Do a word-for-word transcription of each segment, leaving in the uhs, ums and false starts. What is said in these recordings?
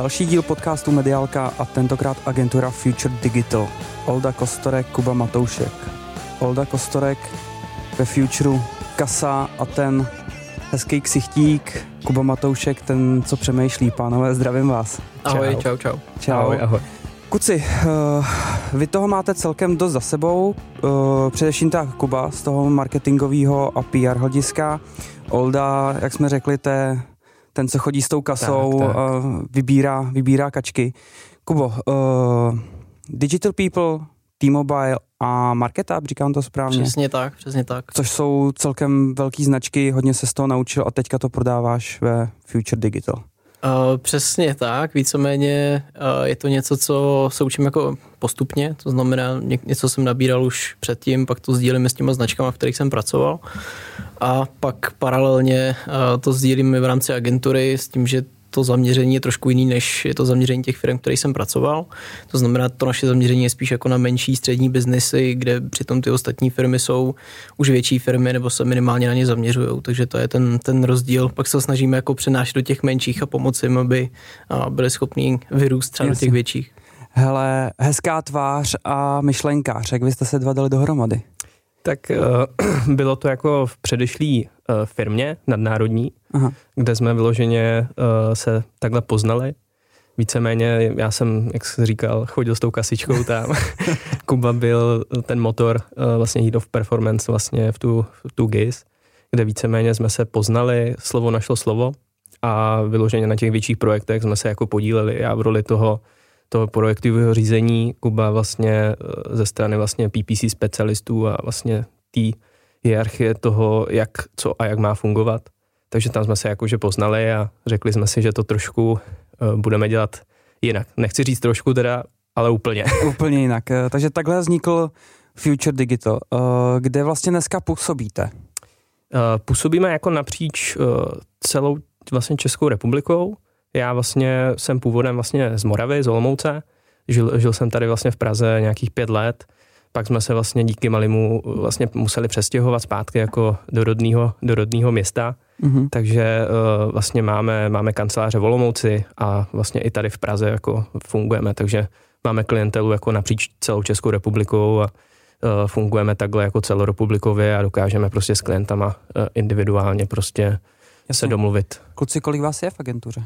Další díl podcastu Mediálka a tentokrát agentura Future Digital. Olda Kostorek, Kuba Matoušek. Olda Kostorek ve Futureu kasa a ten hezký ksichtík. Kuba Matoušek, ten, co přemýšlí. Pánové, zdravím vás. Ahoj, čau, čau. čau. čau. Ahoj, ahoj. Kuci, uh, vy toho máte celkem dost za sebou, uh, především tak Kuba z toho marketingového a P R hlediska. Olda, jak jsme řekli, te, ten, co chodí s tou kasou, tak, tak. Uh, vybírá, vybírá kačky. Kubo, uh, Digital People, T-Mobile a Marketab, říkám to správně? Přesně tak, přesně tak. Což jsou celkem velký značky, hodně se z toho naučil a teďka to prodáváš ve Future Digital. Uh, přesně tak, víceméně uh, je to něco, co se učím jako postupně, to znamená ně, něco jsem nabíral už předtím, pak to sdílíme s těma značkama, v kterých jsem pracoval a pak paralelně uh, to sdílíme v rámci agentury s tím, že to zaměření je trošku jiný, než je to zaměření těch firm, kterých jsem pracoval. To znamená, to naše zaměření je spíš jako na menší střední biznesy, kde přitom ty ostatní firmy jsou už větší firmy nebo se minimálně na ně zaměřují. Takže to je ten, ten rozdíl. Pak se snažíme jako přenášet do těch menších a pomoci jim, aby byli schopní vyrůst třeba do těch větších. Hele, hezká tvář a myšlenkář. Jak vy jste se dva dali dohromady? Tak uh, bylo to jako v předešlý uh, firmě nadnárodní, Aha. kde jsme vyloženě uh, se takhle poznali. Víceméně já jsem, jak jsi říkal, chodil s tou kasičkou tam. Kuba byl ten motor uh, vlastně Head of Performance vlastně v tu, v tu G I S, kde víceméně jsme se poznali, slovo našlo slovo a vyloženě na těch větších projektech jsme se jako podíleli. Já v roli toho toho projektového řízení, Kuba vlastně ze strany vlastně P P C specialistů a vlastně té hierarchie toho, jak, co a jak má fungovat. Takže tam jsme se jakože poznali a řekli jsme si, že to trošku uh, budeme dělat jinak. Nechci říct trošku teda, ale úplně. Úplně jinak. Takže takhle vznikl Future Digital. Uh, kde vlastně dneska působíte? Uh, působíme jako napříč uh, celou vlastně Českou republikou. Já vlastně jsem původem vlastně z Moravy, z Olomouce. Žil, žil jsem tady vlastně v Praze nějakých pět let. Pak jsme se vlastně díky Malimu vlastně museli přestěhovat zpátky jako do rodného, do rodného města. Mm-hmm. Takže uh, vlastně máme, máme kanceláře v Olomouci a vlastně i tady v Praze jako fungujeme. Takže máme klientelu jako napříč celou Českou republikou a uh, fungujeme takhle jako celorepublikově a dokážeme prostě s klientama uh, individuálně prostě Jasně. se domluvit. Kluci, kolik vás je v agentuře?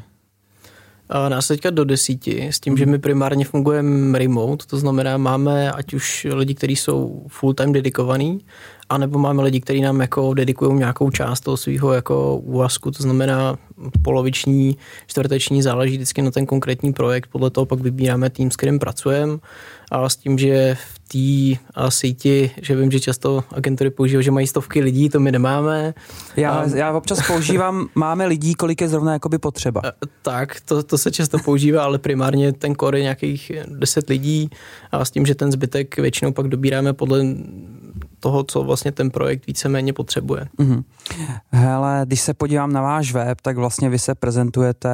Nás teďka do desíti, s tím, že my primárně fungujeme remote, to znamená, máme ať už lidi, kteří jsou full time dedikovaní, anebo máme lidi, kteří nám jako dedikují nějakou část toho svého jako úvazku, to znamená poloviční, čtvrteční, záleží vždycky na ten konkrétní projekt, podle toho pak vybíráme tým, s kterým pracujeme a s tím, že v té síti, že vím, že často agentury používají, že mají stovky lidí, to my nemáme. Já, a, já občas používám, máme lidí, kolik je zrovna jakoby potřeba. Tak, to, to se často používá, ale primárně ten core je nějakých deset lidí a s tím, že ten zbytek většinou pak dobíráme podle toho, co vlastně ten projekt víceméně potřebuje. Mm-hmm. Hele, když se podívám na váš web, tak vlastně vy se prezentujete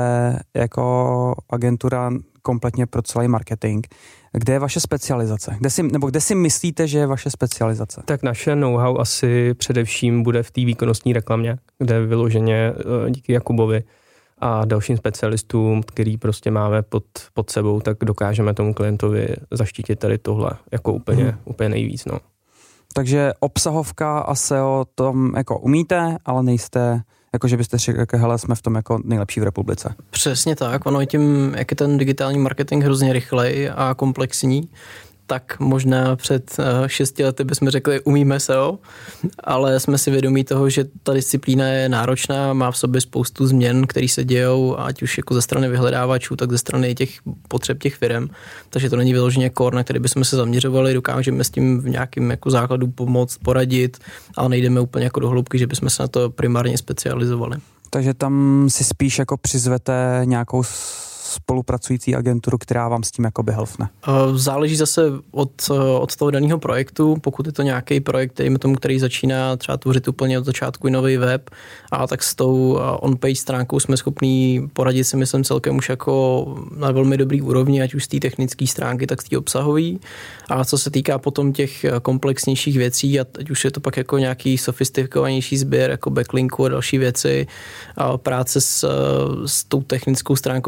jako agentura kompletně pro celý marketing. Kde je vaše specializace? Kde si, nebo kde si myslíte, že je vaše specializace? Tak naše know-how asi především bude v té výkonnostní reklamě, kde vyloženě díky Jakubovi a dalším specialistům, který prostě máme pod, pod sebou, tak dokážeme tomu klientovi zaštítit tady tohle jako úplně, hmm. úplně nejvíc. No. Takže obsahovka a S E O tom jako umíte, ale nejste, jako že byste řekli, jako hele, jsme v tom jako nejlepší v republice. Přesně tak, ono je tím, jak je ten digitální marketing hrozně rychlej a komplexní, tak možná před šesti lety bychom řekli, umíme S E O, ale jsme si vědomí toho, že ta disciplína je náročná, má v sobě spoustu změn, které se dějou, ať už jako ze strany vyhledávačů, tak ze strany těch potřeb těch firm. Takže to není vyloženě core, na který bychom se zaměřovali, dokážeme s tím v nějakém jako základu pomoct, poradit, ale nejdeme úplně jako do hloubky, že bychom se na to primárně specializovali. Takže tam si spíš jako přizvete nějakou spolupracující agenturu, která vám s tím jakoby helfne? Záleží zase od, od toho daného projektu. Pokud je to nějaký projekt, dejme tomu, který začíná třeba tvořit úplně od začátku i nový web, a tak s tou on-page stránkou jsme schopní poradit si myslím celkem už jako na velmi dobrý úrovni, ať už z té technické stránky, tak z té obsahové. A co se týká potom těch komplexnějších věcí, a ať už je to pak jako nějaký sofistikovanější sběr, jako backlinku a další věci, a práce s, s tou technickou stránkou víc do hloubky,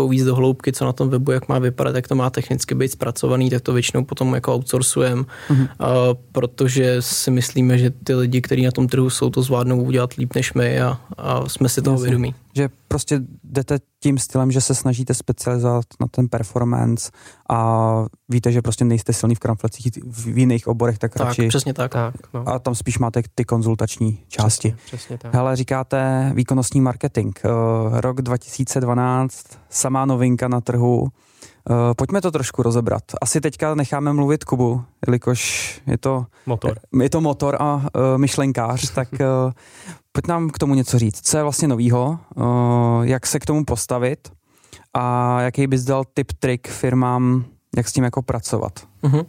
hloubky, co na tom webu, jak má vypadat, jak to má technicky být zpracovaný, tak to většinou potom jako outsourcujeme, mm-hmm. protože si myslíme, že ty lidi, kteří na tom trhu jsou, to zvládnou udělat líp než my a, a jsme si toho Jasně. vědomí. Že prostě jdete tím stylem, že se snažíte specializovat na ten performance a víte, že prostě nejste silní v kramflecích v jiných oborech, tak, tak radši... přesně tak. tak no. A tam spíš máte ty konzultační části. Přesně, přesně tak. Hele, říkáte výkonnostní marketing. Uh, rok dva tisíce dvanáct, samá novinka na trhu. Uh, pojďme to trošku rozebrat. Asi teďka necháme mluvit Kubu, jelikož je to motor, je to motor a uh, myšlenkář, tak uh, pojď nám k tomu něco říct. Co je vlastně novýho, uh, jak se k tomu postavit a jaký bys dal tip, trik firmám, jak s tím jako pracovat? Uh-huh.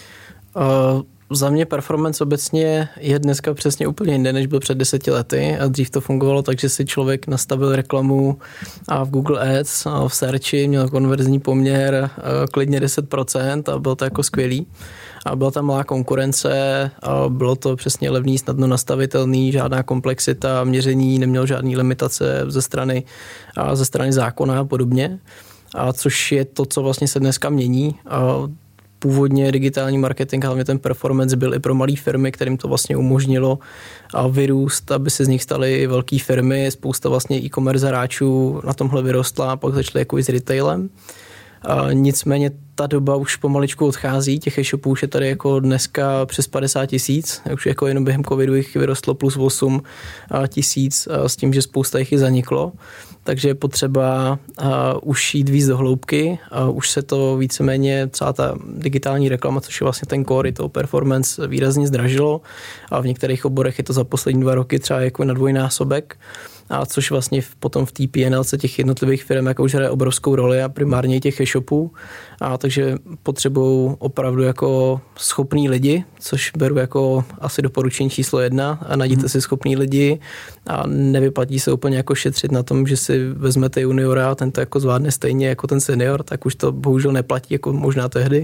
Uh... Za mě performance obecně je dneska přesně úplně jinde, než byl před deseti lety a dřív to fungovalo tak, že si člověk nastavil reklamu a v Google Ads a v searchi měl konverzní poměr klidně deset procent a bylo to jako skvělý. A byla tam malá konkurence a bylo to přesně levný, snadno nastavitelný, žádná komplexita měření, neměl žádný limitace ze strany, a ze strany zákona a podobně. A což je to, co vlastně se dneska mění. A původně digitální marketing, hlavně ten performance byl i pro malé firmy, kterým to vlastně umožnilo vyrůst, aby se z nich staly velké firmy. Spousta vlastně e-commerce hráčů na tomhle vyrostla a pak začaly jako i s retailem. A nicméně ta doba už pomaličku odchází, těch e-shopů už je tady jako dneska přes padesát tisíc, už jako jenom během covidu jich vyrostlo plus osm tisíc s tím, že spousta jich i zaniklo, takže je potřeba už jít víc do hloubky, už se to víceméně třeba ta digitální reklama, což je vlastně ten core toho performance, výrazně zdražilo a v některých oborech je to za poslední dva roky třeba jako na dvojnásobek. A což vlastně potom v té P and L těch jednotlivých firm jako už hraje obrovskou roli a primárně i těch e-shopů. A takže potřebují opravdu jako schopný lidi, což beru jako asi doporučení číslo jedna a najděte hmm. si schopný lidi a nevyplatí se úplně jako šetřit na tom, že si vezmete juniora a ten to jako zvládne stejně jako ten senior, tak už to bohužel neplatí jako možná tehdy.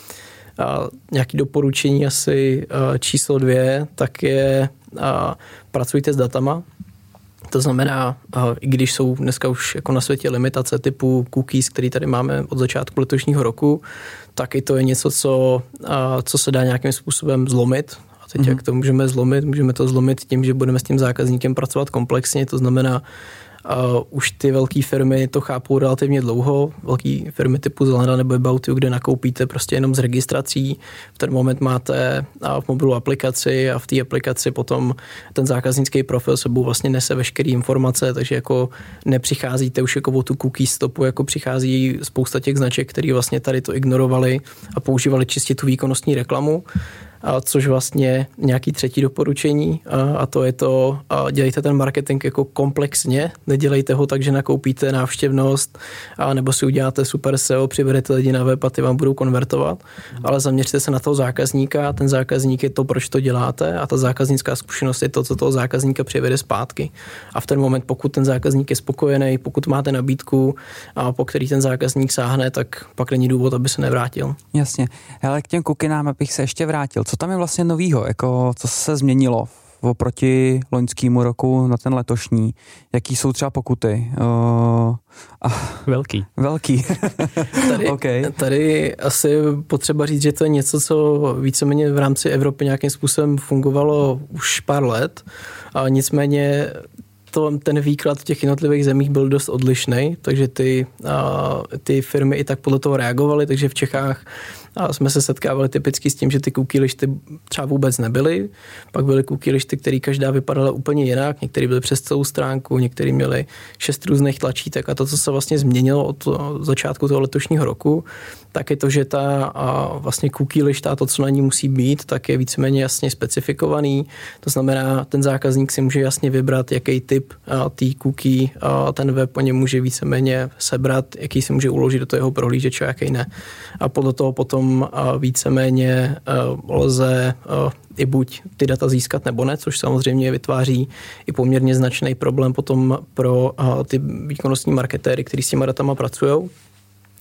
A nějaké doporučení asi číslo dvě, tak je a pracujte s datama. To znamená, i když jsou dneska už jako na světě limitace typu cookies, který tady máme od začátku letošního roku, tak i to je něco, co, co se dá nějakým způsobem zlomit. A teď mm-hmm. jak to můžeme zlomit? Můžeme to zlomit tím, že budeme s tím zákazníkem pracovat komplexně, to znamená, Uh, už ty velké firmy to chápou relativně dlouho, velké firmy typu Zalando nebo About You, kde nakoupíte prostě jenom z registrací. V ten moment máte uh, v mobilu aplikaci a v té aplikaci potom ten zákaznický profil sebou vlastně nese veškeré informace, takže jako nepřicházíte už jako o tu cookie stopu, jako přichází spousta těch značek, které vlastně tady to ignorovali a používali čistě tu výkonnostní reklamu. A což vlastně nějaký třetí doporučení a, a to je to, a dělejte ten marketing jako komplexně, nedělejte ho tak, že nakoupíte návštěvnost a nebo si uděláte super S E O, přivedete lidi na web a ty vám budou konvertovat, mm. ale zaměřte se na toho zákazníka, ten zákazník je to, proč to děláte a ta zákaznická zkušenost je to, co toho zákazníka přivede zpátky. A v ten moment, pokud ten zákazník je spokojený, pokud máte nabídku, a po který ten zákazník sáhne, tak pak není důvod, aby se nevrátil. Jasně. Hele, k těm kukinám, abych se ještě vrátil. Co tam je vlastně novýho? Jako, co se změnilo oproti loňskému roku na ten letošní? Jaký jsou třeba pokuty? Uh, ah, velký. Velký. tady, okay. tady asi potřeba říct, že to je něco, co víceméně v rámci Evropy nějakým způsobem fungovalo už pár let. A nicméně to, ten výklad v těch jednotlivých zemích byl dost odlišný, takže ty, a, ty firmy i tak podle toho reagovaly, takže v Čechách a jsme se setkávali typicky s tím, že ty cookie lišty třeba vůbec nebyly. Pak byly cookie lišty, které každá vypadala úplně jinak. Některé byly přes celou stránku, některé měly šest různých tlačítek a to, co se vlastně změnilo od začátku toho letošního roku, tak je to, že ta a vlastně cookie lišta, to, co na ní musí být, tak je víceméně jasně specifikovaný. To znamená, ten zákazník si může jasně vybrat, jaký typ té cookie a ten web po něm může víceméně sebrat, jaký si může uložit do toho jeho prohlížeče, jaký ne. A podle toho potom víceméně lze i buď ty data získat nebo ne, což samozřejmě vytváří i poměrně značný problém potom pro ty výkonnostní marketéry, kteří s těma datama pracují.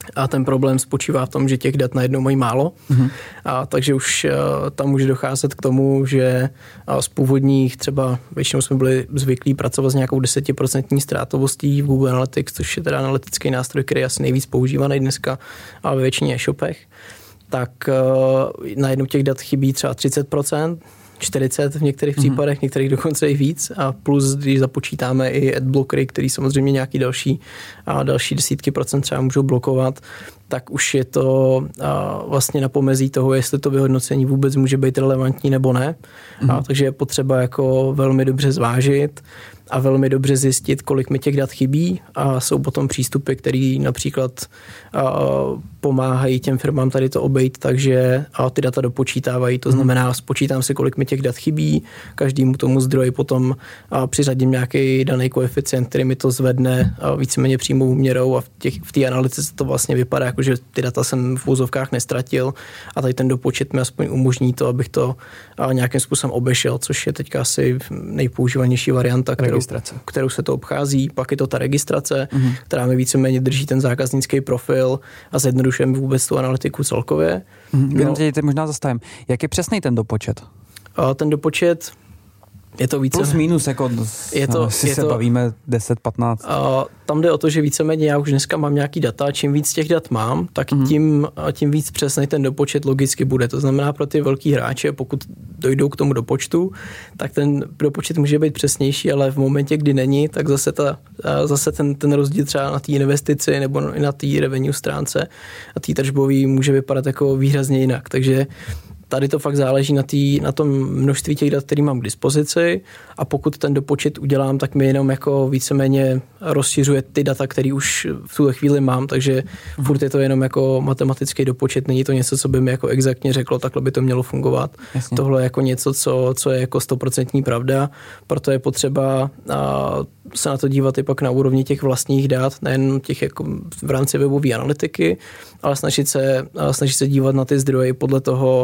A ten problém spočívá v tom, že těch dat najednou mají málo. Mm-hmm. A takže už uh, tam může docházet k tomu, že uh, z původních třeba většinou jsme byli zvyklí pracovat s nějakou desetiprocentní ztrátovostí v Google Analytics, což je teda analytický nástroj, který je asi nejvíc používaný dneska a ve většině e-shopech. Tak uh, najednou těch dat chybí třeba třicet procent, čtyřicet procent v některých mm-hmm. případech, některých dokonce i víc a plus, když započítáme i adblockery, který samozřejmě nějaký další a další desítky procent třeba můžou blokovat, tak už je to a, vlastně na pomezí toho, jestli to vyhodnocení vůbec může být relevantní nebo ne. Mm-hmm. A, takže je potřeba jako velmi dobře zvážit a velmi dobře zjistit, kolik mi těch dat chybí a jsou potom přístupy, které například a, pomáhají těm firmám tady to obejít, takže a, ty data dopočítávají, to znamená, spočítám si, kolik mi těch dat chybí, každému tomu zdroji potom a, přiřadím nějaký daný koeficient, který mi to zvedne a, víceméně přímou měrou a v té v té analytice to vlastně vypadá, jako že ty data jsem v úzovkách nestratil a tady ten dopočet mi aspoň umožní to, abych to a, nějakým způsobem obešel, což je teďka asi nejpoužívanější varianta, kterou, kterou se to obchází. Pak je to ta registrace, mm-hmm. která mi víceméně drží ten zákaznický profil a zjednodušuje mi vůbec tu analytiku celkově. Mm-hmm. Jenom no. Teď možná zastavím. Jak je přesný ten dopočet? A ten dopočet je to více... Plus minus, jako je to, no, si je se to, bavíme deset patnáct. A tam jde o to, že víceméně já už dneska mám nějaký data, čím víc těch dat mám, tak mm-hmm. tím, tím víc přesný ten dopočet logicky bude. To znamená pro ty velký hráče, pokud dojdou k tomu dopočtu, tak ten dopočet může být přesnější, ale v momentě, kdy není, tak zase, ta, zase ten, ten rozdíl třeba na té investici nebo i na té revenue stránce a té tržbový může vypadat jako výrazně jinak. Takže tady to fakt záleží na, tý, na tom množství těch dat, který mám k dispozici a pokud ten dopočet udělám, tak mi jenom jako víceméně rozšiřuje ty data, které už v tuhle chvíli mám, takže mm. furt je to jenom jako matematický dopočet, není to něco, co by mi jako exaktně řeklo, takhle by to mělo fungovat. Jasně. Tohle je jako něco, co, co je jako stoprocentní pravda, proto je potřeba a, se na to dívat i pak na úrovni těch vlastních dat, nejen těch jako v rámci webové analytiky, ale snažit se, snažit se dívat na ty zdroje podle toho,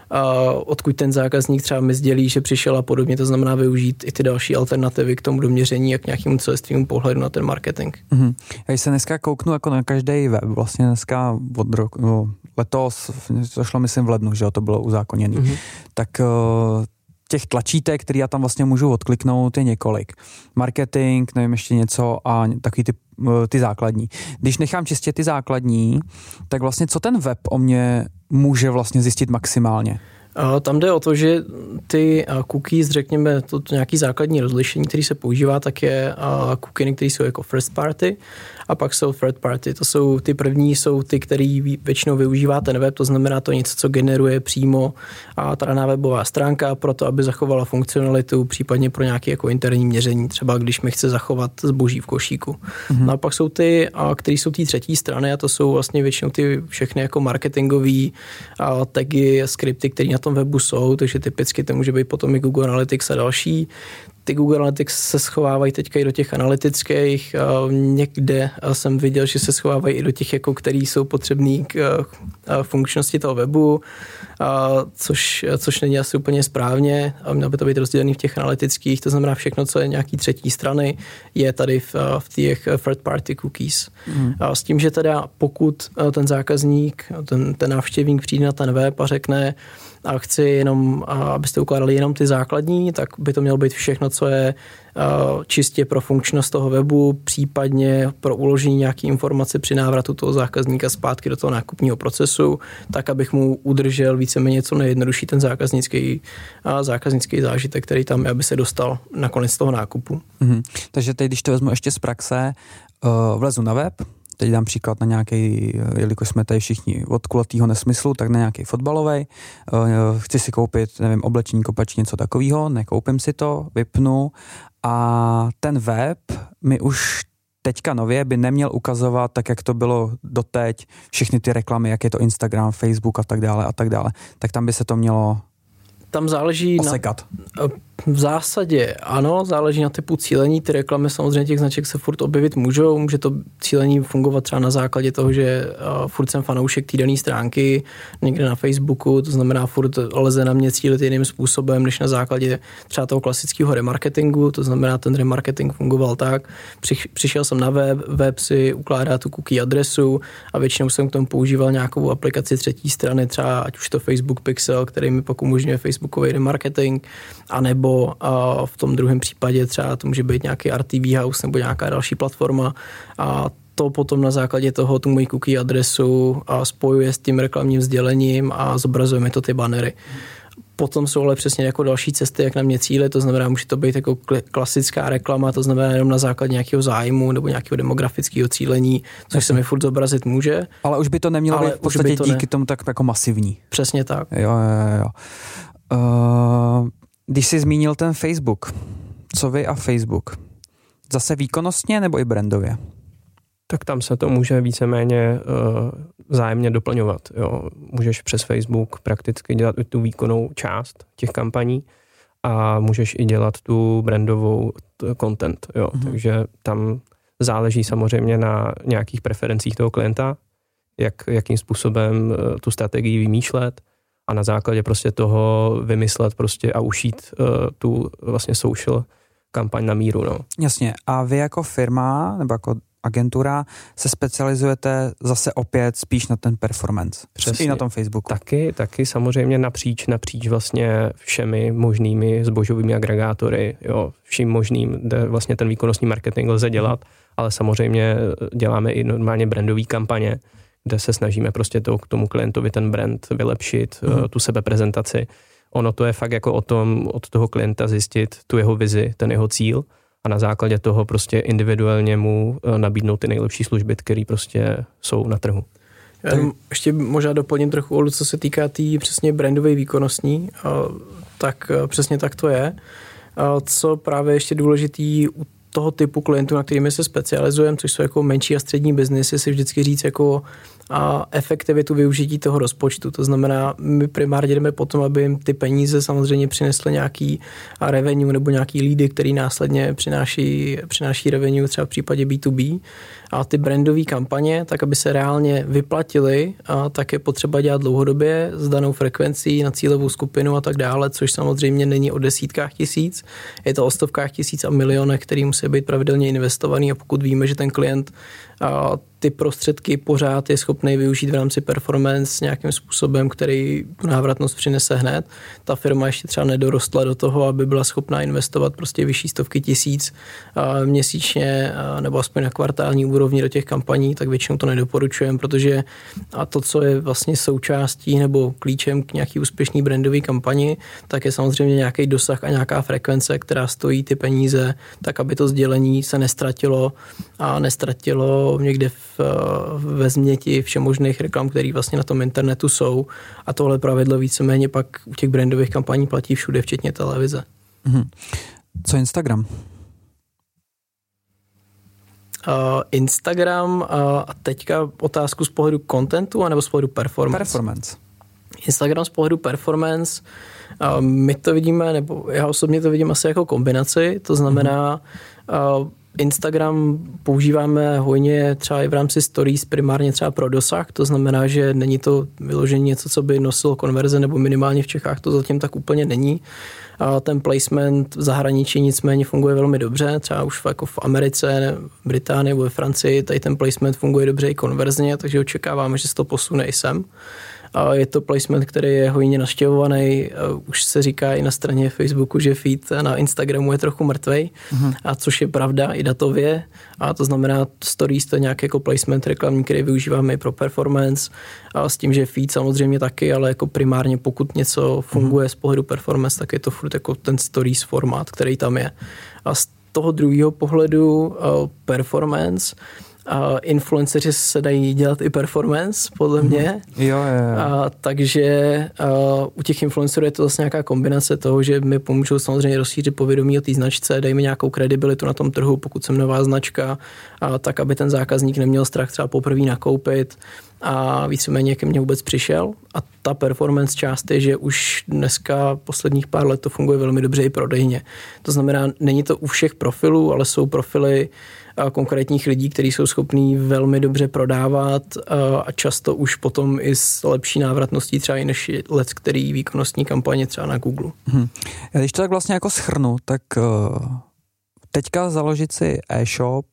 a odkud ten zákazník třeba mi sdělí, že přišel a podobně, to znamená využít i ty další alternativy k tomu doměření a k nějakému celistvému pohledu na ten marketing. Mm-hmm. Já se dneska kouknu jako na každý web, vlastně dneska od roku, no, letos, to šlo myslím v lednu, že to bylo uzákoněné, mm-hmm. tak uh, těch tlačítek, který já tam vlastně můžu odkliknout, je několik. Marketing, nevím, ještě něco a takový ty, ty základní. Když nechám čistě ty základní, tak vlastně co ten web o mě může vlastně zjistit maximálně? Tam jde o to, že ty cookies, řekněme, to, to nějaký základní rozlišení, který se používá, tak je cookies, které jsou jako first party a pak jsou third party. To jsou ty první, jsou ty, který většinou využívá ten web, to znamená to něco, co generuje přímo a ta daná webová stránka pro to, aby zachovala funkcionalitu, případně pro nějaké jako interní měření, třeba když mi chce zachovat zboží v košíku. Mm-hmm. No a pak jsou ty, které jsou ty třetí strany a to jsou vlastně většinou ty všechny jako marketingový tagy, skripty, které na tom webu jsou, takže typicky to může být potom i Google Analytics a další. Ty Google Analytics se schovávají teďka i do těch analytických. Někde jsem viděl, že se schovávají i do těch, jako, který jsou potřebný k funkčnosti toho webu, což, což není asi úplně správně. Mělo by to být rozdělený v těch analytických, to znamená všechno, co je nějaký třetí strany, je tady v, v těch third party cookies. Mm. S tím, že teda pokud ten zákazník, ten, ten návštěvník přijde na ten web a řekne, a chci jenom, abyste ukládali jenom ty základní, tak by to mělo být všechno, co je čistě pro funkčnost toho webu, případně pro uložení nějaké informace při návratu toho zákazníka zpátky do toho nákupního procesu, tak, abych mu udržel víceméně co nejjednodušší ten zákaznický, zákaznický zážitek, který tam je, aby se dostal na konec toho nákupu. Mm-hmm. Takže teď, když to vezmu ještě z praxe, vlezu na web, teď dám příklad na nějaký, jelikož jsme tady všichni od kulatýho nesmyslu, tak na nějaký fotbalovej. Chci si koupit, nevím, oblečení, kopač, něco takového, nekoupím si to, vypnu a ten web mi už teďka nově by neměl ukazovat, tak jak to bylo doteď, všechny ty reklamy, jak je to Instagram, Facebook a tak dále a tak dále. Tak tam by se to mělo tam záleží osekat. Na, V zásadě ano, záleží na typu cílení. Ty reklamy samozřejmě těch značek se furt objevit můžou. Může to cílení fungovat třeba na základě toho, že uh, furt jsem fanoušek té dané stránky někde na Facebooku, to znamená furt leze na mě cílit jiným způsobem, než na základě třeba toho klasického remarketingu. To znamená, ten remarketing fungoval tak. Při, přišel jsem na web, web si ukládá tu cookie adresu a většinou jsem k tomu používal nějakou aplikaci třetí strany, třeba ať už to Facebook Pixel, který mi pak umožňuje Facebookový remarketing, anebo a v tom druhém případě třeba to může být nějaký R T V House nebo nějaká další platforma a to potom na základě toho tu moji cookie adresu a spojuje s tím reklamním sdělením a zobrazujeme to ty bannery. Potom jsou ale přesně jako další cesty, jak na mě cíle, to znamená, může to být jako klasická reklama, to znamená jenom na základě nějakého zájmu nebo nějakého demografického cílení, což se mi furt zobrazit může. Ale už by to nemělo být v podstatě díky ne. tomu tak jako masivní. Přesně tak. Jo, jo, jo. Uh... Když jsi zmínil ten Facebook, co vy a Facebook? Zase výkonnostně nebo i brandově? Tak tam se to může víceméně uh, vzájemně doplňovat. Jo. Můžeš přes Facebook prakticky dělat i tu výkonnou část těch kampaní a můžeš i dělat tu brandovou t- content. Jo. Mm-hmm. Takže tam záleží samozřejmě na nějakých preferencích toho klienta, jak, jakým způsobem uh, tu strategii vymýšlet, a na základě prostě toho vymyslet prostě a ušít uh, tu vlastně social kampaň na míru. No. Jasně. A vy jako firma nebo jako agentura se specializujete zase opět spíš na ten performance. Přesně. I na tom Facebooku. Taky, taky samozřejmě napříč, napříč vlastně všemi možnými zbožovými agregátory, jo, vším možným, kde vlastně ten výkonnostní marketing lze dělat, ale samozřejmě děláme i normálně brandové kampaně, kde se snažíme prostě to, k tomu klientovi ten brand vylepšit, mm. tu sebeprezentaci. Ono to je fakt jako o tom, od toho klienta zjistit tu jeho vizi, ten jeho cíl a na základě toho prostě individuálně mu nabídnout ty nejlepší služby, které prostě jsou na trhu. Já ještě možná doplním trochu, Olu, co se týká té tý přesně brandové výkonnostní, tak přesně tak to je. Co právě ještě důležitý u toho typu klientů, na kterými se specializujeme, což jsou jako menší a střední biznesy, si vždycky říct jako a efektivitu využití toho rozpočtu. To znamená, my primárně jdeme potom, aby jim ty peníze samozřejmě přinesly nějaký revenue nebo nějaký leady, který následně přináší, přináší revenue třeba v případě B dva B. A ty brandové kampaně, tak aby se reálně vyplatily, a tak je potřeba dělat dlouhodobě s danou frekvencí na cílovou skupinu a tak dále, což samozřejmě není o desítkách tisíc, je to o stovkách tisíc a milionech, který musí být pravidelně investovaný a pokud víme, že ten klient a ty prostředky pořád je schopný využít v rámci performance nějakým způsobem, který tu návratnost přinese hned. Ta firma ještě třeba nedorostla do toho, aby byla schopná investovat prostě vyšší stovky tisíc měsíčně nebo aspoň na kvartální úrovni do těch kampaní, tak většinou to nedoporučujeme, protože a to, co je vlastně součástí nebo klíčem k nějaký úspěšný brandové kampani, tak je samozřejmě nějaký dosah a nějaká frekvence, která stojí ty peníze, tak aby to sdělení se nestratilo a nestratilo někde v, ve změti všemožných reklam, které vlastně na tom internetu jsou. A tohle pravidlo víceméně pak u těch brandových kampaní platí všude, včetně televize. Mm-hmm. Co Instagram? Uh, Instagram uh, a teďka otázku z pohledu contentu anebo z pohledu performance? Performance. Instagram z pohledu performance, uh, my to vidíme, nebo já osobně to vidím asi jako kombinaci, to znamená mm-hmm. uh, Instagram používáme hojně třeba i v rámci stories primárně třeba pro dosah, to znamená, že není to vyloženě něco, co by nosilo konverze, nebo minimálně v Čechách to zatím tak úplně není. A ten placement v zahraničí nicméně funguje velmi dobře, třeba už jako v Americe, v Británii nebo ve Francii, tady ten placement funguje dobře i konverzně, takže očekáváme, že se to posune i sem. A je to placement, který je hojně navštěvovaný. Už se říká i na straně Facebooku, že feed na Instagramu je trochu mrtvej, mm-hmm. a což je pravda i datově. A to znamená, stories to je nějaký jako placement reklamní, který využíváme i pro performance. A s tím, že feed samozřejmě taky, ale jako primárně pokud něco funguje mm-hmm. z pohledu performance, tak je to furt jako ten stories formát, který tam je. A z toho druhého pohledu uh, performance A influenceři se dají dělat i performance, podle mě. Jo, jo, jo. A, takže a, u těch influencerů je to zase nějaká kombinace toho, že mi pomůžou samozřejmě rozšířit povědomí o té značce, dají mi nějakou kredibilitu na tom trhu, pokud jsem nová značka, a, tak, aby ten zákazník neměl strach třeba poprvé nakoupit a víceméně ke mně vůbec přišel. A ta performance část je, že už dneska posledních pár let to funguje velmi dobře i prodejně. To znamená, není to u všech profilů, ale jsou profily konkrétních lidí, kteří jsou schopní velmi dobře prodávat a často už potom i s lepší návratností třeba i než let, který výkonnostní kampaně třeba na Google. Hmm. Já když to tak vlastně jako shrnu, tak teďka založit si e-shop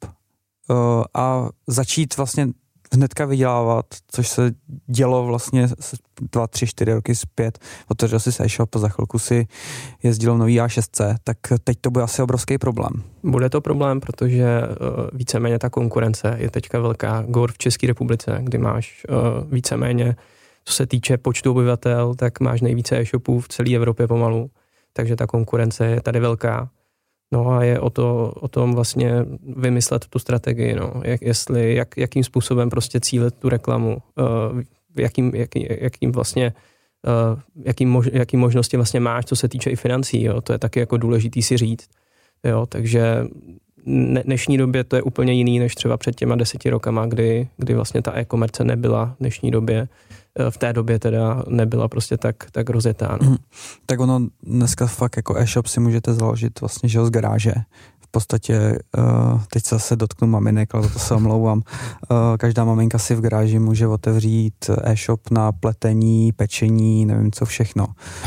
a začít vlastně hnedka vydělávat, což se dělo vlastně dva, tři, čtyři roky zpět. Otevřel si e-shop a za chvilku si jezdil nový á šest, tak teď to bude asi obrovský problém. Bude to problém, protože uh, víceméně ta konkurence je teďka velká. Gor v České republice, kdy máš uh, víceméně, co se týče počtu obyvatel, tak máš nejvíce e-shopů v celé Evropě pomalu. Takže ta konkurence je tady velká. No a je o, to, o tom vlastně vymyslet tu strategii, no. Jak, jestli, jak, jakým způsobem prostě cílit tu reklamu, uh, jakým, jaký, jakým vlastně, uh, jakým, mož, jaký možnosti vlastně máš, co se týče i financí, jo. To je taky jako důležitý si říct, jo. Takže v dnešní době to je úplně jiný, než třeba před těma deseti rokama, kdy, kdy vlastně ta e-komerce nebyla v dnešní době. V té době teda nebyla prostě tak, tak rozjetá. No. Hmm. Tak ono dneska fakt jako e-shop si můžete založit vlastně, že z garáže. V podstatě, uh, teď se zase dotknu maminek, ale to se omlouvám. Uh, každá maminka si v garáži může otevřít e-shop na pletení, pečení, nevím co všechno.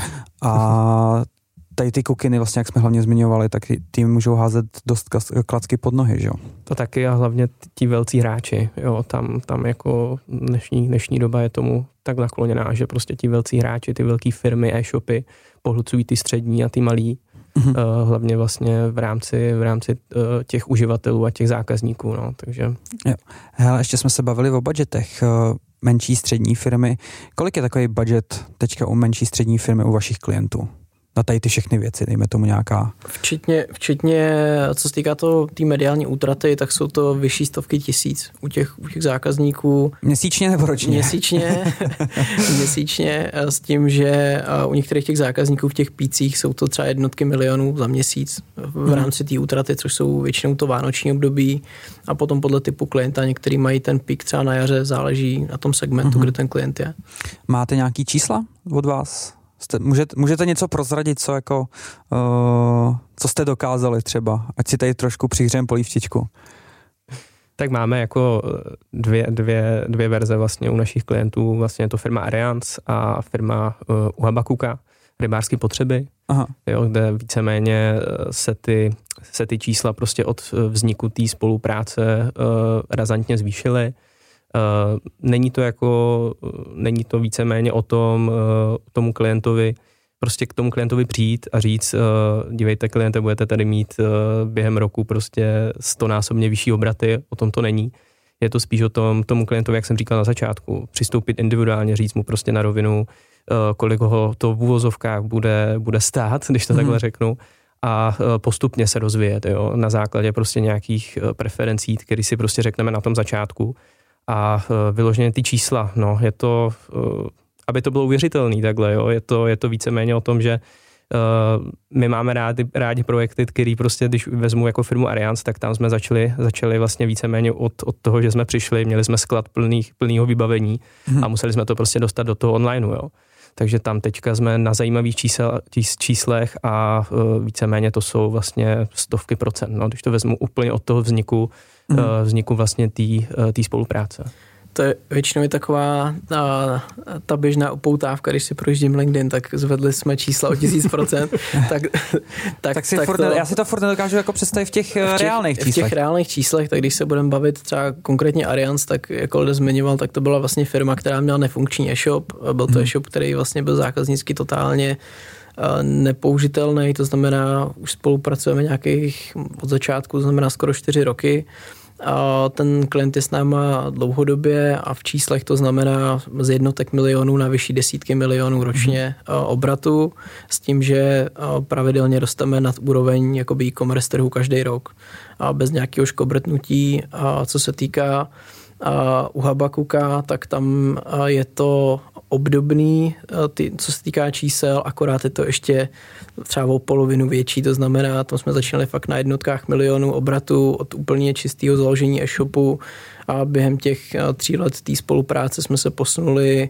A tady ty kukiny, vlastně jak jsme hlavně zmiňovali, tak ty můžou házet dost klacky pod nohy, že jo? To taky a hlavně ti velcí hráči, jo, tam, tam jako dnešní, dnešní doba je tomu tak nakloněná, že prostě ti velcí hráči, ty velké firmy, e-shopy pohlcují ty střední a ty malí, mm-hmm. uh, hlavně vlastně v rámci, v rámci uh, těch uživatelů a těch zákazníků, no, takže. Jo. Hele, ještě jsme se bavili o budgetech, uh, menší střední firmy. Kolik je takový budget teďka u menší střední firmy u vašich klientů? Na tady ty všechny věci, dejme tomu nějaká. Včetně, včetně co se týká toho té mediální útraty, tak jsou to vyšší stovky tisíc u těch, u těch zákazníků. Měsíčně nebo ročně? Měsíčně, měsíčně s tím, že u některých těch zákazníků v těch pících jsou to třeba jednotky milionů za měsíc v rámci té útraty, což jsou většinou to vánoční období a potom podle typu klienta, některý mají ten pík třeba na jaře, záleží na tom segmentu, mm-hmm. kde ten klient je. Máte nějaký čísla od vás? Jste, můžete, můžete něco prozradit, co jako, uh, co jste dokázali třeba, ať si tady trošku přihřejem polívčičku. Tak máme jako dvě, dvě, dvě verze vlastně u našich klientů, vlastně je to firma Arians a firma uh, u Habakuka, rybářské potřeby, Aha. Jo, kde víceméně se ty, se ty čísla prostě od vzniku té spolupráce uh, razantně zvýšily. Uh, není to jako, není to víceméně o tom, uh, tomu klientovi, prostě k tomu klientovi přijít a říct, uh, dívejte kliente, budete tady mít uh, během roku prostě stonásobně vyšší obraty, o tom to není. Je to spíš o tom, tomu klientovi, jak jsem říkal na začátku, přistoupit individuálně, říct mu prostě na rovinu, uh, kolik ho to v úvozovkách bude, bude stát, když to mm. takhle řeknu, a uh, postupně se rozvíjet, jo, na základě prostě nějakých uh, preferencí, které si prostě řekneme na tom začátku. A vyloženě ty čísla, no, je to, aby to bylo uvěřitelný takhle, jo, je to, je to víceméně o tom, že uh, my máme rádi, rádi projekty, který prostě, když vezmu jako firmu Arians, tak tam jsme začali, začali vlastně víceméně od, od toho, že jsme přišli, měli jsme sklad plných, plného vybavení hmm. a museli jsme to prostě dostat do toho onlineu, jo. Takže tam teďka jsme na zajímavých čísel, číslech a uh, víceméně to jsou vlastně stovky procent, no, když to vezmu úplně od toho vzniku, mm. uh, vzniku vlastně té spolupráce. To je většinou je taková ta, ta běžná upoutávka, když si projíždím LinkedIn, tak zvedli jsme čísla o tisíc procent. tak, tak, tak si tak furt, to, já si to furt nedokážu jako představit v těch, v těch reálných číslech. V těch reálných číslech, tak když se budeme bavit třeba konkrétně Arians, tak jako Lede zmiňoval, tak to byla vlastně firma, která měla nefunkční e-shop. Byl to hmm. e-shop, který vlastně byl zákaznicky totálně nepoužitelný, to znamená, už spolupracujeme nějakých od začátku, to znamená skoro čtyři roky. A ten klient je s náma dlouhodobě a v číslech to znamená z jednotek milionů na vyšší desítky milionů ročně mm. obratu, s tím, že pravidelně dostáváme nad úroveň jakoby e-commerce trhu každý rok. A bez nějakého škobrtnutí, a co se týká a u Habakuka, tak tam je to obdobný, ty, co se týká čísel, akorát je to ještě třeba o polovinu větší, to znamená, tam jsme začínali fakt na jednotkách milionů obratu od úplně čistého založení e-shopu a během těch tří let té spolupráce jsme se posunuli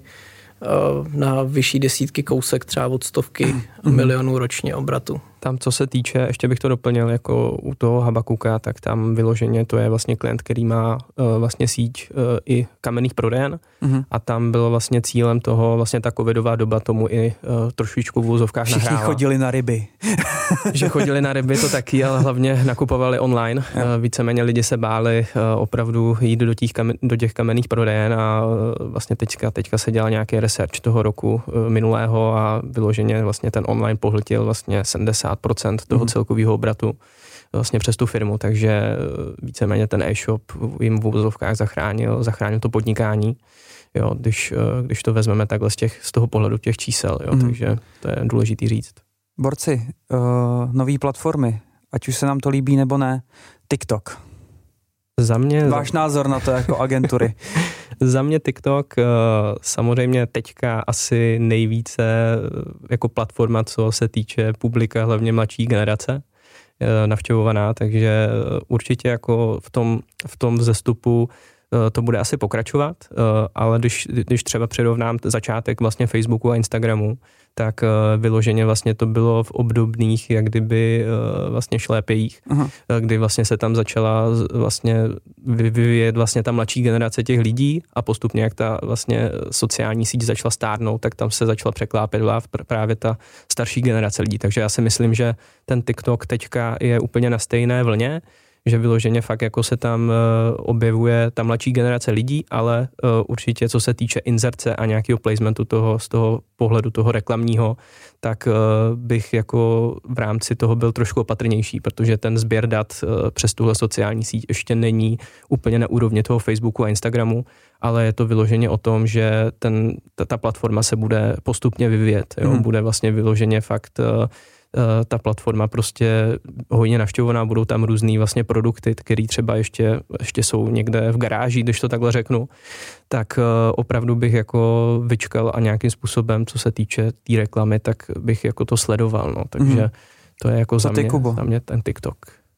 na vyšší desítky kousek, třeba od stovky mm-hmm. milionů ročně obratu. Tam, co se týče, ještě bych to doplnil, jako u toho Habakuka, tak tam vyloženě to je vlastně klient, který má uh, vlastně síť uh, i kamenných prodejen mm-hmm. a tam bylo vlastně cílem toho, vlastně ta covidová doba tomu i uh, trošičku v úzovkách nahrála. Všichni chodili na ryby. Že chodili na ryby, to taky, ale hlavně nakupovali online. Uh, víceméně lidi se báli uh, opravdu jít do těch, kamen, do těch kamenných prodejen a uh, vlastně teďka, teďka se dělal nějaký research toho roku uh, minulého a vyloženě vlastně ten online pohltil vlastně sedmdesát procent toho celkového obratu vlastně přes tu firmu, takže víceméně ten e-shop jim v úvozovkách zachránil, zachránil to podnikání, jo, když, když to vezmeme takhle z, těch, z toho pohledu těch čísel, jo, mm. takže to je důležitý říct. Borci, uh, nový platformy, ať už se nám to líbí nebo ne, TikTok. Za mě... Váš názor na to jako agentury? Za mě TikTok samozřejmě teďka asi nejvíce jako platforma, co se týče publika, hlavně mladší generace navštěvovaná, takže určitě jako v tom, v tom vzestupu to bude asi pokračovat, ale když, když třeba přirovnám začátek vlastně Facebooku a Instagramu, tak vyloženě vlastně to bylo v obdobných, jak kdyby vlastně šlépějích, uh-huh. kdy vlastně se tam začala vlastně vyvíjet vlastně ta mladší generace těch lidí a postupně, jak ta vlastně sociální síť začala stárnout, tak tam se začala překlápět právě ta starší generace lidí. Takže já si myslím, že ten TikTok teďka je úplně na stejné vlně, že vyloženě fakt jako se tam uh, objevuje ta mladší generace lidí, ale uh, určitě co se týče inzerce a nějakého placementu toho, z toho pohledu toho reklamního, tak uh, bych jako v rámci toho byl trošku opatrnější, protože ten sběr dat uh, přes tuhle sociální síť ještě není úplně na úrovni toho Facebooku a Instagramu, ale je to vyloženě o tom, že ten, ta, ta platforma se bude postupně vyvíjet, jo? Hmm. Bude vlastně vyloženě fakt uh, ta platforma prostě hodně navštěvovaná, budou tam různý vlastně produkty, které třeba ještě, ještě jsou někde v garáži, když to takhle řeknu, tak opravdu bych jako vyčkal a nějakým způsobem, co se týče té tý reklamy, tak bych jako to sledoval, no, takže mm. to je jako za mě, za mě ten TikTok.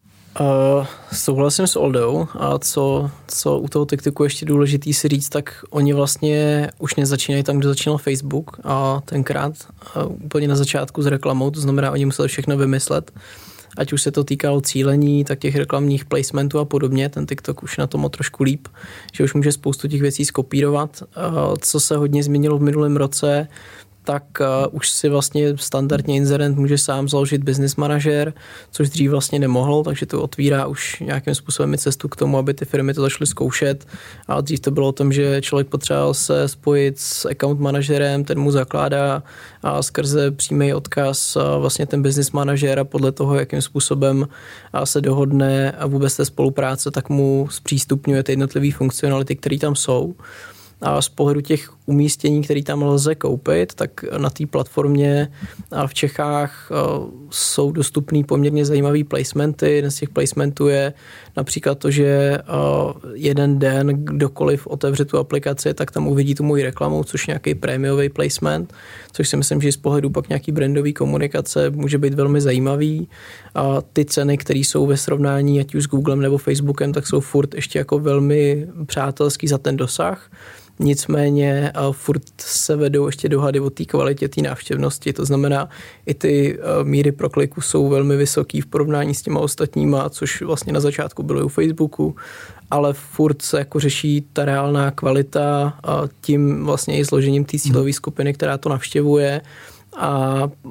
Uh, souhlasím s Oldou a co, co u toho TikToku ještě důležitý si říct, tak oni vlastně už nezačínají tam, kde začínal Facebook a tenkrát uh, úplně na začátku s reklamou, to znamená, oni museli všechno vymyslet, ať už se to týkalo cílení, tak těch reklamních placementů a podobně, ten TikTok už na tom trošku líp, že už může spoustu těch věcí skopírovat. Uh, co se hodně změnilo v minulém roce, tak uh, už si vlastně standardně inzerent může sám založit business manažer, což dřív vlastně nemohl, takže to otvírá už nějakým způsobem i cestu k tomu, aby ty firmy to začaly zkoušet. A dřív to bylo o tom, že člověk potřeboval se spojit s account manažerem, ten mu zakládá a skrze přímý odkaz vlastně ten business manažer a podle toho, jakým způsobem se dohodne a vůbec té spolupráce, tak mu zpřístupňuje ty jednotlivé funkcionality, které tam jsou. A z pohledu těch umístění, které tam lze koupit, tak na té platformě v Čechách jsou dostupný poměrně zajímavý placementy. Jeden z těch placementů je například to, že jeden den kdokoliv otevře tu aplikaci, tak tam uvidí tu moji reklamu, což je nějaký prémiový placement, což si myslím, že z pohledu pak nějaký brandový komunikace může být velmi zajímavý. A ty ceny, které jsou ve srovnání ať už s Googlem nebo Facebookem, tak jsou furt ještě jako velmi přátelský za ten dosah. Nicméně furt se vedou ještě dohady o té kvalitě té návštěvnosti, to znamená i ty míry prokliku jsou velmi vysoký v porovnání s těma ostatníma, což vlastně na začátku bylo i u Facebooku, ale furt se jako řeší ta reálná kvalita a tím vlastně i zložením té cílové skupiny, která to navštěvuje a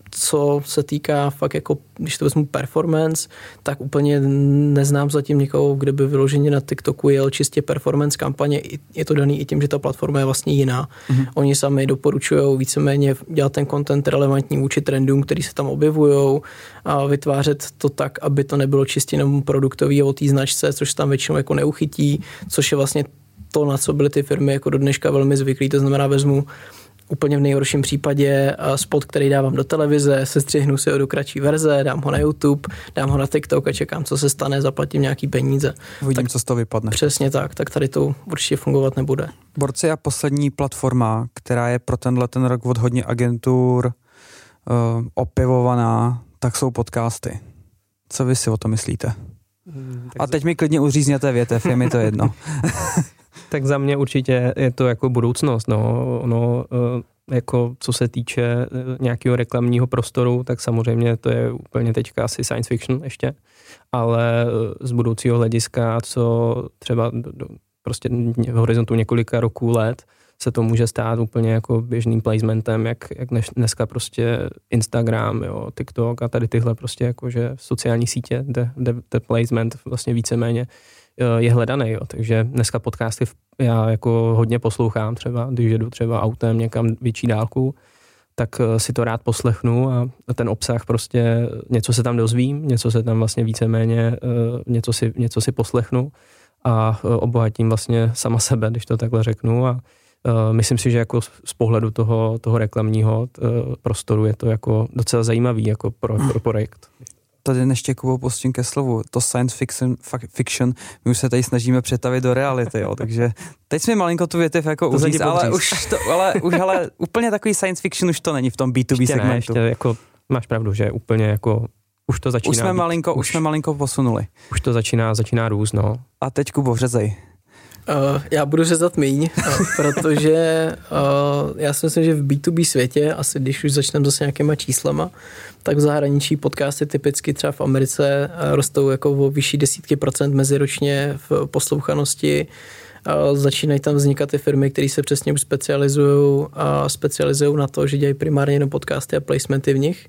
co se týká fakt jako, když to vezmu performance, tak úplně neznám zatím nikoho, kde by vyloženě na TikToku jel čistě performance kampaně. Je to daný i tím, že ta platforma je vlastně jiná. Mm-hmm. Oni sami doporučují víceméně dělat ten content relevantní vůči trendům, který se tam objevují a vytvářet to tak, aby to nebylo čistě jenom produktový o té značce, což se tam většinou jako neuchytí, což je vlastně to, na co byly ty firmy jako do dneška velmi zvyklí. To znamená, vezmu úplně v nejhorším případě spot, který dávám do televize, sestřihnu si ho do kratší verze, dám ho na YouTube, dám ho na TikTok a čekám, co se stane, zaplatím nějaký peníze. Uvidím, tak, co z toho vypadne. Přesně tak, tak tady to určitě fungovat nebude. Borci, a poslední platforma, která je pro tenhle ten rok od hodně agentur uh, opěvovaná, tak jsou podcasty. Co vy si o to myslíte? Hmm, a teď mi klidně uřízněte větev, je mi to jedno. Tak za mě určitě je to jako budoucnost, no, no jako co se týče nějakého reklamního prostoru, tak samozřejmě to je úplně teďka asi science fiction ještě, ale z budoucího hlediska, co třeba do, prostě v horizontu několika roků let se to může stát úplně jako běžným placementem, jak, jak dneska prostě Instagram, jo, TikTok a tady tyhle prostě jakože sociální sítě, kde, kde, kde placement vlastně víceméně je hledaný, jo. Takže dneska podcasty já jako hodně poslouchám třeba, když jedu třeba autem někam větší dálku, tak si to rád poslechnu a ten obsah prostě, něco se tam dozvím, něco se tam vlastně víceméně, něco si, něco si poslechnu a obohatím vlastně sama sebe, když to takhle řeknu a myslím si, že jako z pohledu toho, toho reklamního prostoru je to jako docela zajímavý jako pro, pro projekt. Tady ještě Kubo pustím ke slovu, to science fiction, fiction, my už se tady snažíme přetavit do reality, jo, takže teď jsme malinko tu větev jako uříct, ale už to, ale už ale úplně takový science fiction už to není v tom bé dvě bé ještě segmentu. Ne, ještě jako, máš pravdu, že úplně jako, už to začíná. Už jsme být, malinko, už, už jsme malinko posunuli. Už to začíná, začíná růst, no. A teď Kubo, řezej. Uh, já budu řezat míň, uh, protože uh, já si myslím, že v bé dvě bé světě, asi když už začneme zase nějakýma číslama, tak v zahraničí podcasty typicky třeba v Americe uh, rostou jako o vyšší desítky procent meziročně v poslouchanosti. Uh, začínají tam vznikat ty firmy, které se přesně už specializují a specializují na to, že dělají primárně jenom podcasty a placementy v nich.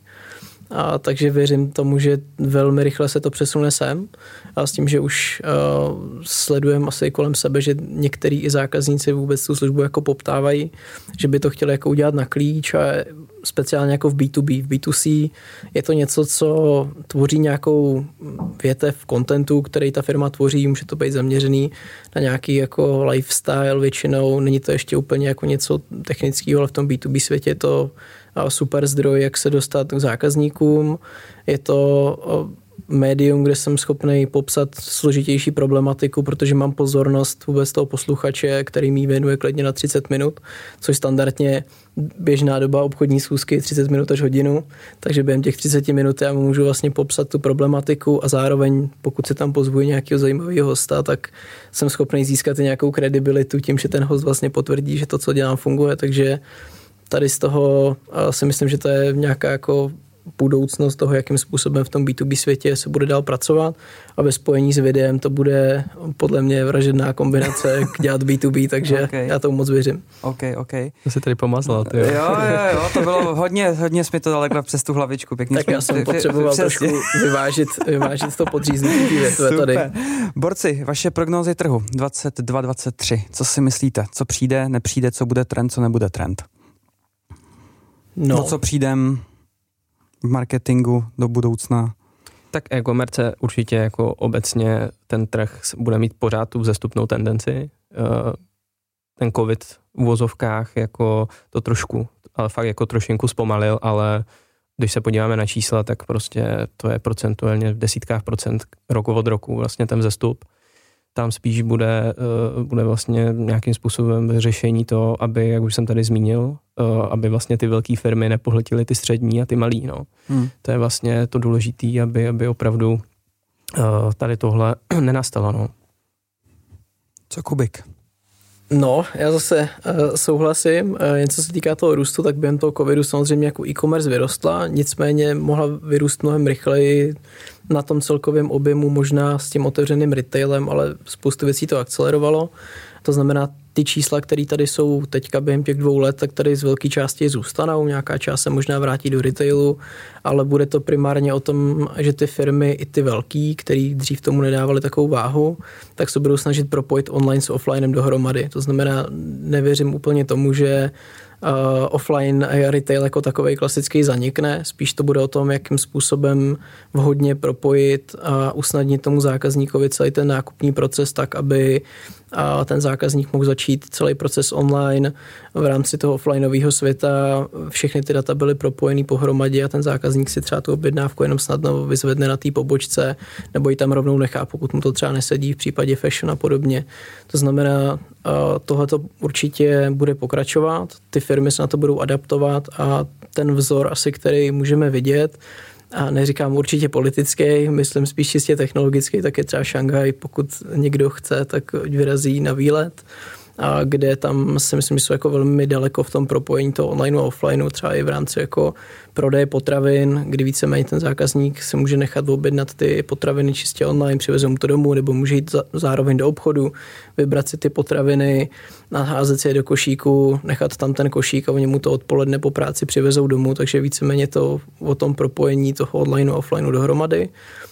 A takže věřím tomu, že velmi rychle se to přesune sem a s tím, že už uh, sledujeme asi kolem sebe, že některý i zákazníci vůbec tu službu jako poptávají, že by to chtěli jako udělat na klíč a speciálně jako v bé dvě bé. V bé dvě cé je to něco, co tvoří nějakou větev contentu, který ta firma tvoří, může to být zaměřený na nějaký jako lifestyle většinou, není to ještě úplně jako něco technického, ale v tom bé dvě bé světě je to super zdroj, jak se dostat k zákazníkům. Je to médium, kde jsem schopný popsat složitější problematiku, protože mám pozornost vůbec toho posluchače, který mi věnuje klidně na třicet minut, což standardně běžná doba obchodní schůzky třicet minut až hodinu, takže během těch třicet minut já mu můžu vlastně popsat tu problematiku a zároveň, pokud se tam pozvu nějakého zajímavého hosta, tak jsem schopný získat i nějakou kredibilitu tím, že ten host vlastně potvrdí, že to, co dělám, funguje, takže tady z toho si myslím, že to je nějaká jako budoucnost toho, jakým způsobem v tom bé dvě bé světě se bude dál pracovat a ve spojení s videem to bude podle mě vražedná kombinace, jak dělat bé dvě bé, takže okay. Já tomu moc věřím. OK, OK. To si tady pomazla, ty jo. Jo, jo, jo, to bylo hodně, hodně jsi mi to dal přes tu hlavičku. Pěkně tak já jsem potřeboval trošku vyvážit, vyvážit to podříznutí větve tady. Borci, vaše prognózy trhu dvacet dva dvacet tři, co si myslíte? Co přijde, nepřijde, co bude trend, co nebude trend? No, no co přijdem v marketingu do budoucna? Tak e-commerce určitě jako obecně ten trh bude mít pořád tu vzestupnou tendenci. Ten covid v uvozovkách jako to trošku, ale fakt jako trošinku zpomalil, ale když se podíváme na čísla, tak prostě to je procentuálně v desítkách procent roku od roku vlastně ten vzestup. Tam spíš bude, bude vlastně nějakým způsobem řešení to, aby, jak už jsem tady zmínil, aby vlastně ty velké firmy nepohltily ty střední a ty malý. No. Hmm. To je vlastně to důležité, aby, aby opravdu tady tohle nenastalo. No. Co Kubik? No, já zase uh, souhlasím. Uh, jen co se týká toho růstu, tak během toho covidu samozřejmě jako e-commerce vyrostla, nicméně mohla vyrůst mnohem rychleji na tom celkovém objemu, možná s tím otevřeným retailem, ale spoustu věcí to akcelerovalo. To znamená, ty čísla, které tady jsou teďka během těch dvou let, tak tady z velké části zůstanou, nějaká část se možná vrátí do retailu, ale bude to primárně o tom, že ty firmy, i ty velký, který dřív tomu nedávali takovou váhu, tak se budou snažit propojit online s offlinem dohromady. To znamená, nevěřím úplně tomu, že Uh, offline a retail jako takovej klasický zanikne. Spíš to bude o tom, jakým způsobem vhodně propojit a usnadnit tomu zákazníkovi celý ten nákupní proces tak, aby uh, ten zákazník mohl začít celý proces online v rámci toho offlineového světa. Všechny ty data byly propojený pohromadě a ten zákazník si třeba tu objednávku jenom snadno vyzvedne na té pobočce nebo ji tam rovnou nechá, pokud mu to třeba nesedí v případě fashion a podobně. To znamená, uh, tohleto určitě bude pokračovat. Ty firmy se na to budou adaptovat a ten vzor asi, který můžeme vidět, a neříkám určitě politický, myslím spíš čistě technologický, tak je třeba Šanghaj, pokud někdo chce, tak vyrazí na výlet, a kde tam si myslím, že jsou jako velmi daleko v tom propojení toho online a offlineu, třeba i v rámci jako prodeje potravin, kdy víceméně ten zákazník se může nechat objednat ty potraviny čistě online, přivezou mu to domů, nebo může jít zároveň do obchodu, vybrat si ty potraviny, naházet si je do košíku, nechat tam ten košík a oni mu to odpoledne po práci přivezou domů, takže víceméně to o tom propojení toho online a offlineu dohromady.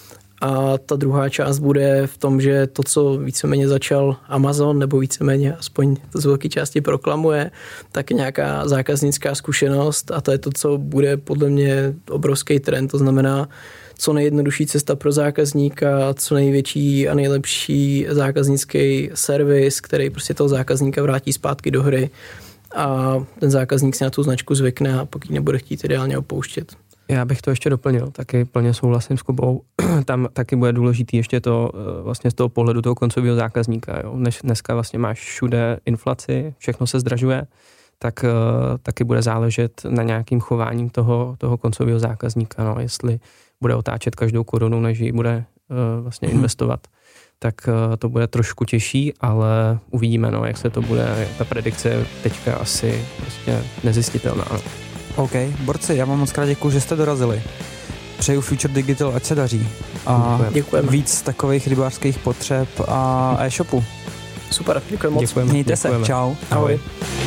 A ta druhá část bude v tom, že to, co víceméně začal Amazon, nebo víceméně aspoň to z velké části proklamuje, tak je nějaká zákaznická zkušenost a to je to, co bude podle mě obrovský trend, to znamená co nejjednodušší cesta pro zákazníka, co největší a nejlepší zákaznický servis, který prostě toho zákazníka vrátí zpátky do hry a ten zákazník si na tu značku zvykne a pak ji nebude chtít ideálně opouštět. Já bych to ještě doplnil, taky plně souhlasím s Kubou. Tam taky bude důležitý ještě to vlastně z toho pohledu toho koncového zákazníka. Jo. Než dneska vlastně máš všude inflaci, všechno se zdražuje, tak uh, taky bude záležet na nějakým chováním toho, toho koncového zákazníka. No. Jestli bude otáčet každou korunu, než ji bude uh, vlastně hmm. investovat, tak uh, to bude trošku těžší, ale uvidíme, no, jak se to bude. Ta predikce je teďka asi prostě nezjistitelná. No. OK, borci, já vám moc krát děkuju, že jste dorazili. Přeju Future Digital, ať se daří. A děkujeme. Víc takových rybářských potřeb a e-shopu. Super, děkujeme moc. Děkujeme. Mějte děkujeme. se, čau. Ahoj. Ahoj.